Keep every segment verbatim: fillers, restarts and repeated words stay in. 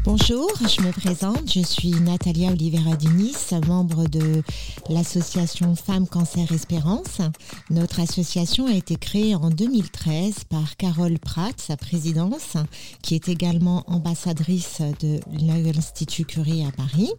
Bonjour, je me présente, je suis Natalia Oliveira Diniz, membre de l'association Femmes Cancer Espérance. Notre association a été créée en deux mille treize par Carole Pratt, sa présidence, qui est également ambassadrice de l'Institut Curie à Paris.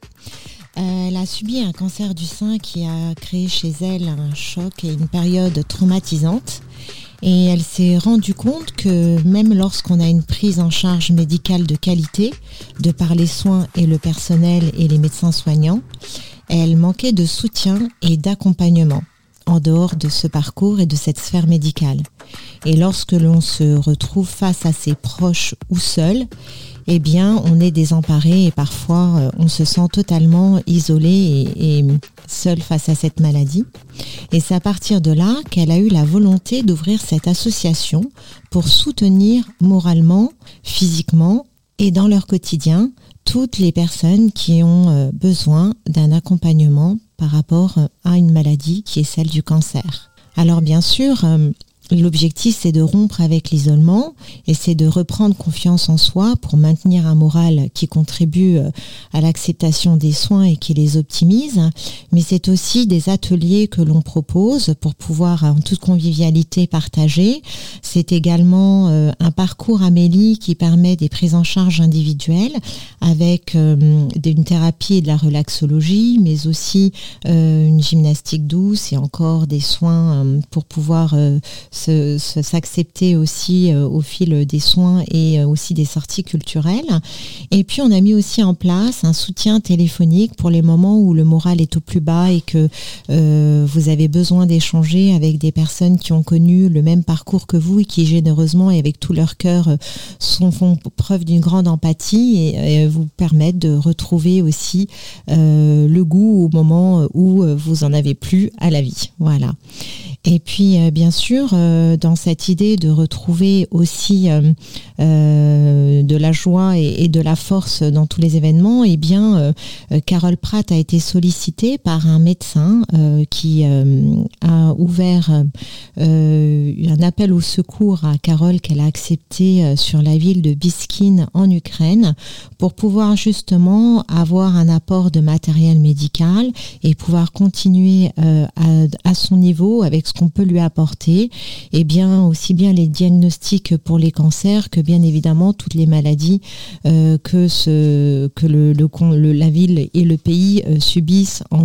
Elle a subi un cancer du sein qui a créé chez elle un choc et une période traumatisante. Et elle s'est rendue compte que même lorsqu'on a une prise en charge médicale de qualité, de par les soins et le personnel et les médecins soignants, elle manquait de soutien et d'accompagnement en dehors de ce parcours et de cette sphère médicale. Et lorsque l'on se retrouve face à ses proches ou seul, eh bien, on est désemparé et parfois on se sent totalement isolé et, et seul face à cette maladie. Et c'est à partir de là qu'elle a eu la volonté d'ouvrir cette association pour soutenir moralement, physiquement et dans leur quotidien toutes les personnes qui ont besoin d'un accompagnement par rapport à une maladie qui est celle du cancer. Alors bien sûr, l'objectif, c'est de rompre avec l'isolement et c'est de reprendre confiance en soi pour maintenir un moral qui contribue à l'acceptation des soins et qui les optimise. Mais c'est aussi des ateliers que l'on propose pour pouvoir, en toute convivialité, partager. C'est également euh, un parcours Amélie qui permet des prises en charge individuelles avec euh, une thérapie et de la relaxologie, mais aussi euh, une gymnastique douce et encore des soins euh, pour pouvoir euh, Se, se, s'accepter aussi euh, au fil des soins et euh, aussi des sorties culturelles. Et puis on a mis aussi en place un soutien téléphonique pour les moments où le moral est au plus bas et que euh, vous avez besoin d'échanger avec des personnes qui ont connu le même parcours que vous et qui généreusement et avec tout leur cœur euh, sont, font preuve d'une grande empathie et, et vous permettent de retrouver aussi euh, le goût au moment où vous en avez plus à la vie. Voilà. Et puis euh, bien sûr, euh, dans cette idée de retrouver aussi euh, euh, de la joie et, et de la force dans tous les événements, eh bien, euh, Carole Pratt a été sollicitée par un médecin euh, qui euh, a ouvert euh, un appel au secours à Carole qu'elle a accepté euh, sur la ville de Biskin en Ukraine pour pouvoir justement avoir un apport de matériel médical et pouvoir continuer euh, à, à son niveau avec ce qu'on peut lui apporter, et bien aussi bien les diagnostics pour les cancers que bien évidemment toutes les maladies euh, que ce que le, le, le la ville et le pays euh, subissent en,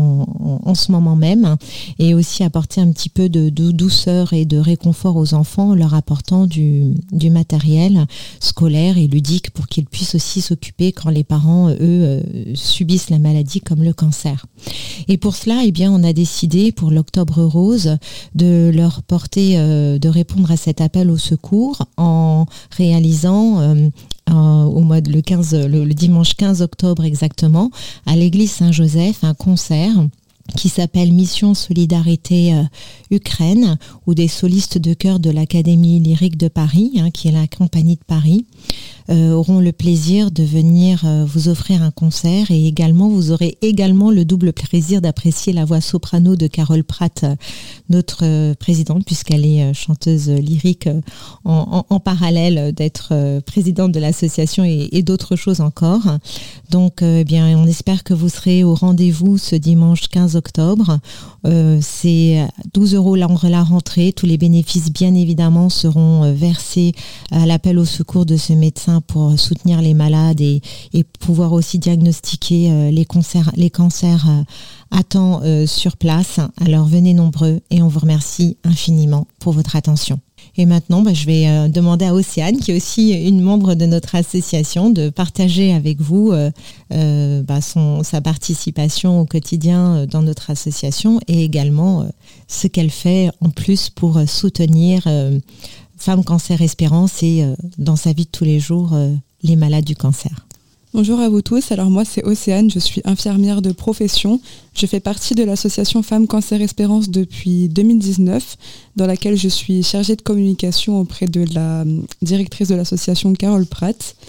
en, en ce moment même, et aussi apporter un petit peu de, de douceur et de réconfort aux enfants en leur apportant du, du matériel scolaire et ludique pour qu'ils puissent aussi s'occuper quand les parents eux euh, subissent la maladie comme le cancer. Et pour cela, eh bien on a décidé pour l'Octobre Rose de leur porter, euh, de répondre à cet appel au secours en réalisant euh, euh, au mois de le quinze, le, le dimanche quinze octobre exactement, à l'église Saint-Joseph, un concert qui s'appelle Mission Solidarité euh, Ukraine, où des solistes de chœur de l'Académie lyrique de Paris, hein, qui est la compagnie de Paris, euh, auront le plaisir de venir euh, vous offrir un concert, et également vous aurez également le double plaisir d'apprécier la voix soprano de Carole Pratt, euh, notre euh, présidente, puisqu'elle est euh, chanteuse lyrique euh, en, en, en parallèle d'être euh, présidente de l'association et, et d'autres choses encore. Donc, euh, eh bien, on espère que vous serez au rendez-vous ce dimanche quinze octobre. Euh, c'est douze euros la, la rentrée. Tous les bénéfices, bien évidemment, seront euh, versés à l'appel au secours de ce médecin pour soutenir les malades et, et pouvoir aussi diagnostiquer euh, les, cancers, les cancers euh, à temps euh, sur place. Alors venez nombreux et on vous remercie infiniment pour votre attention. Et maintenant, bah, je vais euh, demander à Océane, qui est aussi une membre de notre association, de partager avec vous euh, euh, bah, son, sa participation au quotidien dans notre association et également euh, ce qu'elle fait en plus pour soutenir euh, Femmes Cancer Espérance et euh, dans sa vie de tous les jours, euh, les malades du cancer. Bonjour à vous tous, alors moi c'est Océane, je suis infirmière de profession. Je fais partie de l'association Femmes Cancer Espérance depuis deux mille dix-neuf, dans laquelle je suis chargée de communication auprès de la directrice de l'association Carole Pratt.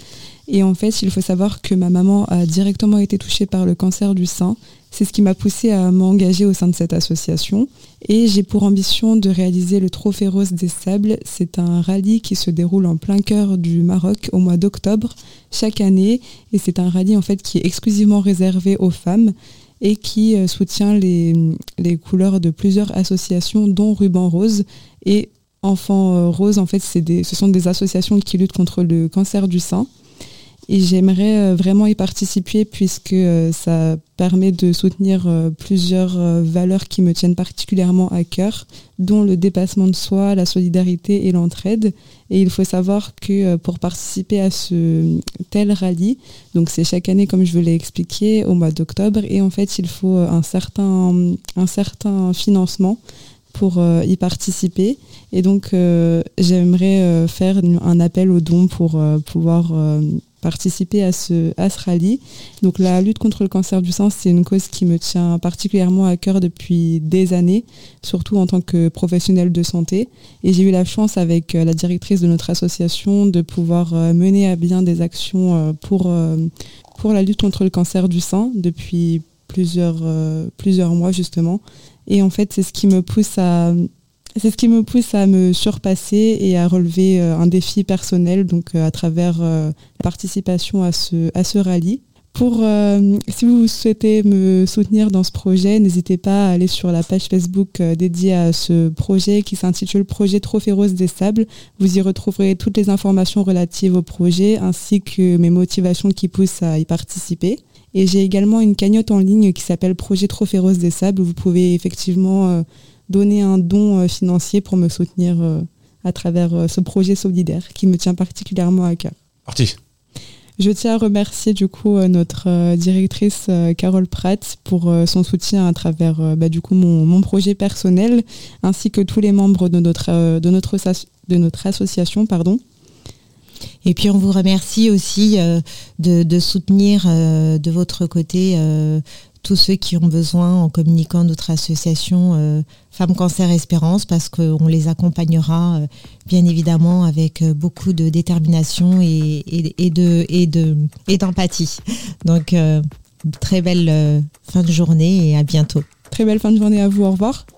Et en fait, il faut savoir que ma maman a directement été touchée par le cancer du sein. C'est ce qui m'a poussée à m'engager au sein de cette association. Et j'ai pour ambition de réaliser le Trophée Rose des Sables. C'est un rallye qui se déroule en plein cœur du Maroc au mois d'octobre chaque année. Et c'est un rallye en fait qui est exclusivement réservé aux femmes et qui euh, soutient les, les couleurs de plusieurs associations, dont Ruban Rose. Et Enfants euh, Rose, en fait, c'est des, ce sont des associations qui luttent contre le cancer du sein. Et j'aimerais euh, vraiment y participer puisque euh, ça permet de soutenir euh, plusieurs euh, valeurs qui me tiennent particulièrement à cœur, dont le dépassement de soi, la solidarité et l'entraide. Et il faut savoir que euh, pour participer à ce tel rallye, donc c'est chaque année comme je vous l'ai expliqué au mois d'octobre, et en fait il faut un certain, un certain financement pour euh, y participer. Et donc euh, j'aimerais euh, faire un appel aux dons pour euh, pouvoir euh, participer à ce, à ce rallye. Donc la lutte contre le cancer du sein, c'est une cause qui me tient particulièrement à cœur depuis des années, surtout en tant que professionnelle de santé. Et j'ai eu la chance avec euh, la directrice de notre association de pouvoir euh, mener à bien des actions euh, pour, euh, pour la lutte contre le cancer du sein depuis plusieurs, euh, plusieurs mois justement. Et en fait, c'est ce qui me pousse à, c'est ce qui me pousse à me surpasser et à relever euh, un défi personnel, donc euh, à travers euh, la participation à ce, à ce rallye. Pour, euh, si vous souhaitez me soutenir dans ce projet, n'hésitez pas à aller sur la page Facebook euh, dédiée à ce projet qui s'intitule Projet Trophée Rose des Sables. Vous y retrouverez toutes les informations relatives au projet ainsi que mes motivations qui poussent à y participer. Et j'ai également une cagnotte en ligne qui s'appelle Projet Trophée Rose des Sables où vous pouvez effectivement euh, donner un don euh, financier pour me soutenir euh, à travers euh, ce projet solidaire qui me tient particulièrement à cœur. Parti. Je tiens à remercier du coup euh, notre euh, directrice euh, Carole Pratt pour euh, son soutien à travers euh, bah, du coup mon, mon projet personnel ainsi que tous les membres de notre, euh, de notre, de notre association. Pardon. Et puis on vous remercie aussi euh, de, de soutenir euh, de votre côté euh, tous ceux qui ont besoin en communiquant notre association euh, Femmes Cancer Espérance parce qu'on les accompagnera euh, bien évidemment avec euh, beaucoup de détermination et, et, et, de, et, de, et d'empathie. Donc euh, très belle euh, fin de journée et à bientôt. Très belle fin de journée à vous, au revoir.